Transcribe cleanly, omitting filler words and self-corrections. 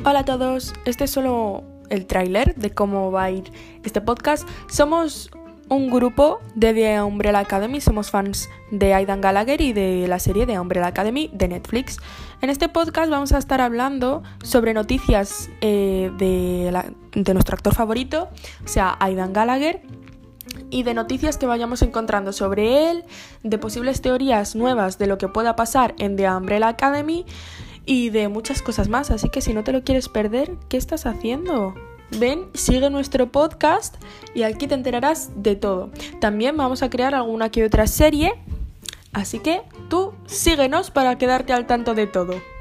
Hola a todos, este es solo el tráiler de cómo va a ir este podcast. Somos un grupo de The Umbrella Academy, somos fans de Aidan Gallagher y de la serie The Umbrella Academy de Netflix. En este podcast vamos a estar hablando sobre noticias de nuestro actor favorito, o sea, Aidan Gallagher, y de noticias que vayamos encontrando sobre él, de posibles teorías nuevas de lo que pueda pasar en The Umbrella Academy y de muchas cosas más. Así que si no te lo quieres perder, ¿qué estás haciendo? Ven, sigue nuestro podcast y aquí te enterarás de todo. También vamos a crear alguna que otra serie, así que tú síguenos para quedarte al tanto de todo.